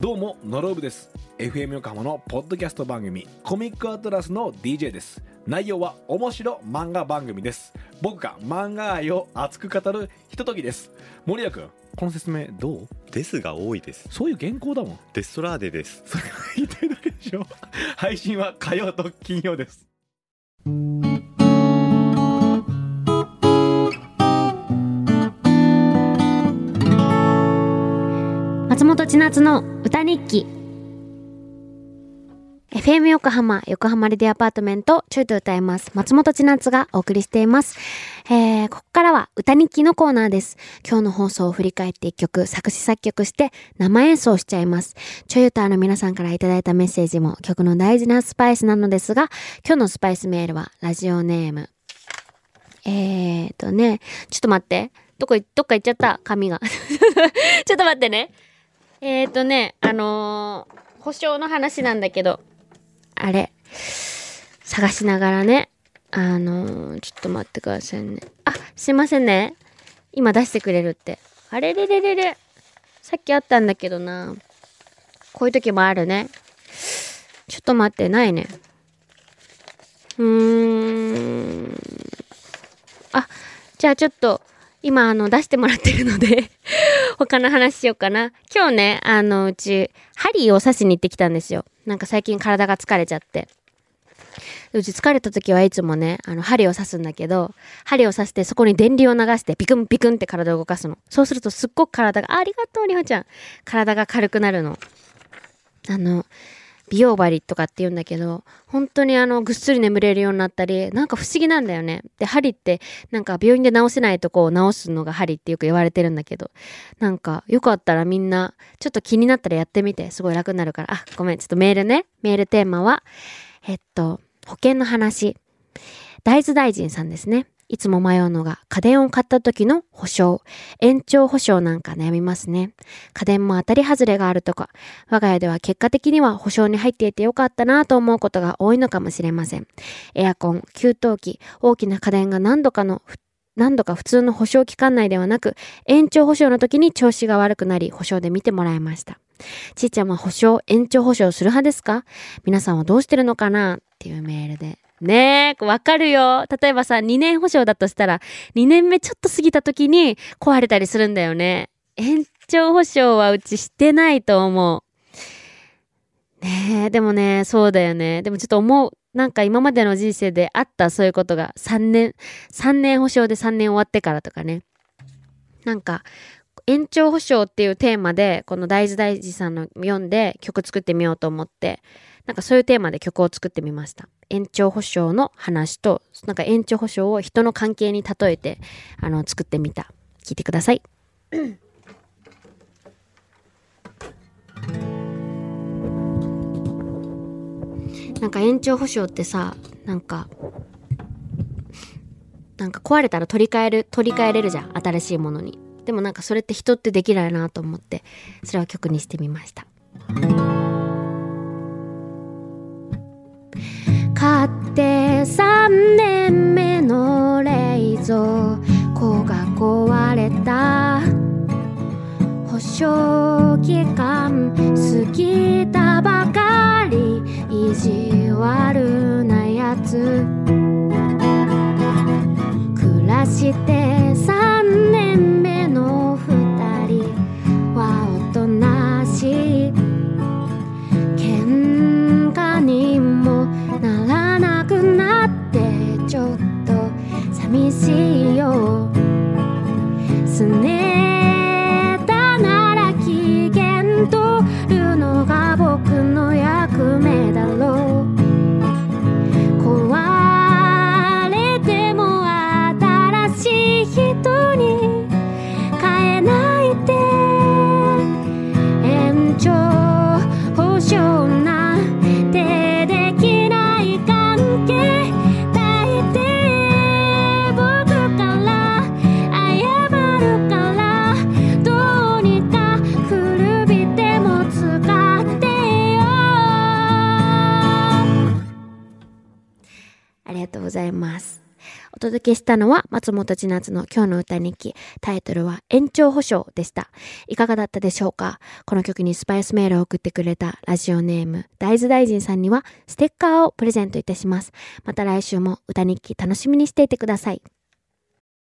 どうもノロブです。 FM 横浜のポッドキャスト番組コミックアトラスの DJ です。内容は面白漫画番組です。僕が漫画愛を熱く語るひとときです。森谷君、この説明どう？ ですが多いです。 そういう原稿だもん。 デストラーデです。 それが言いたいだけでしょ。配信は火曜と金曜です。 松本千夏の歌日記。 FM 横浜レディアパートメントちょいと歌います松本千夏がお送りしています。ここからは歌日記のコーナーです。今日の放送を振り返って一曲作詞作曲して生演奏しちゃいます。ちょい歌の皆さんからいただいたメッセージも曲の大事なスパイスなのですが、今日のスパイスメールはラジオネームちょっと待って、どっか行っちゃった紙がちょっと待ってね。保証の話なんだけど、あれ探しながらね、ちょっと待ってくださいね。あ、すいませんね、今出してくれるって。あれれれれれ、さっきあったんだけどな。こういう時もあるね。ちょっと待って、ないね。あ、じゃあちょっと今出してもらってるので他の話しようかな。今日ね、うち針を刺しに行ってきたんですよ。なんか最近体が疲れちゃって、うち疲れた時はいつもね、針を刺すんだけど、針を刺してそこに電流を流してピクンピクンって体を動かすの。そうするとすっごく体が、ありがとうりほちゃん、体が軽くなるの。美容針とかって言うんだけど、本当にぐっすり眠れるようになったり、なんか不思議なんだよね。で、針ってなんか病院で治せないとこを治すのが針ってよく言われてるんだけど、なんかよかったらみんなちょっと気になったらやってみて、すごい楽になるから。あ、ごめん、ちょっとメールね。メールテーマは保険の話。大豆大臣さんですね。いつも迷うのが家電を買った時の保証、延長保証なんか悩みますね。家電も当たり外れがあるとか、我が家では結果的には保証に入っていてよかったなと思うことが多いのかもしれません。エアコン、給湯器、大きな家電が何度か普通の保証期間内ではなく、延長保証の時に調子が悪くなり、保証で見てもらいました。ちーちゃんは延長保証する派ですか？皆さんはどうしてるのかなっていうメールで。ねえ、わかるよ。例えばさ、2年保証だとしたら、2年目ちょっと過ぎた時に壊れたりするんだよね。延長保証はうちしてないと思う。ねえ、でもね、そうだよね。でもちょっと思う。なんか今までの人生であったそういうことが3年保証で3年終わってからとかね。なんか、延長保証っていうテーマで、この大豆大事さんの読んで曲作ってみようと思って、なんかそういうテーマで曲を作ってみました。延長保証の話と、なんか延長保証を人の関係に例えて、作ってみた。聞いてください。なんか延長保証ってさ、なんか壊れたら取り替えれるじゃん、新しいものに。でもなんかそれって人ってできないなと思って、それは曲にしてみました。買って3年目の冷蔵庫が壊れた。保証期間過ぎたばかり、意地悪なやつ。暮らして3年目の2人はおとなしい。喧嘩にもならなくなってちょっと寂しいよ。すねたなら機嫌取るのが僕の役目だろう。壊れても新しい人に変えないで。延長保証なんてできない関係抱いて、僕から謝るからどうにか古びても使ってよ。ありがとうございます。 お届けしたのは松本千夏の今日の歌日記。タイトルは延長保証でした。いかがだったでしょうか？この曲にスパイスメールを送ってくれたラジオネーム大豆大臣さんにはステッカーをプレゼントいたします。また来週も歌日記楽しみにしていてください。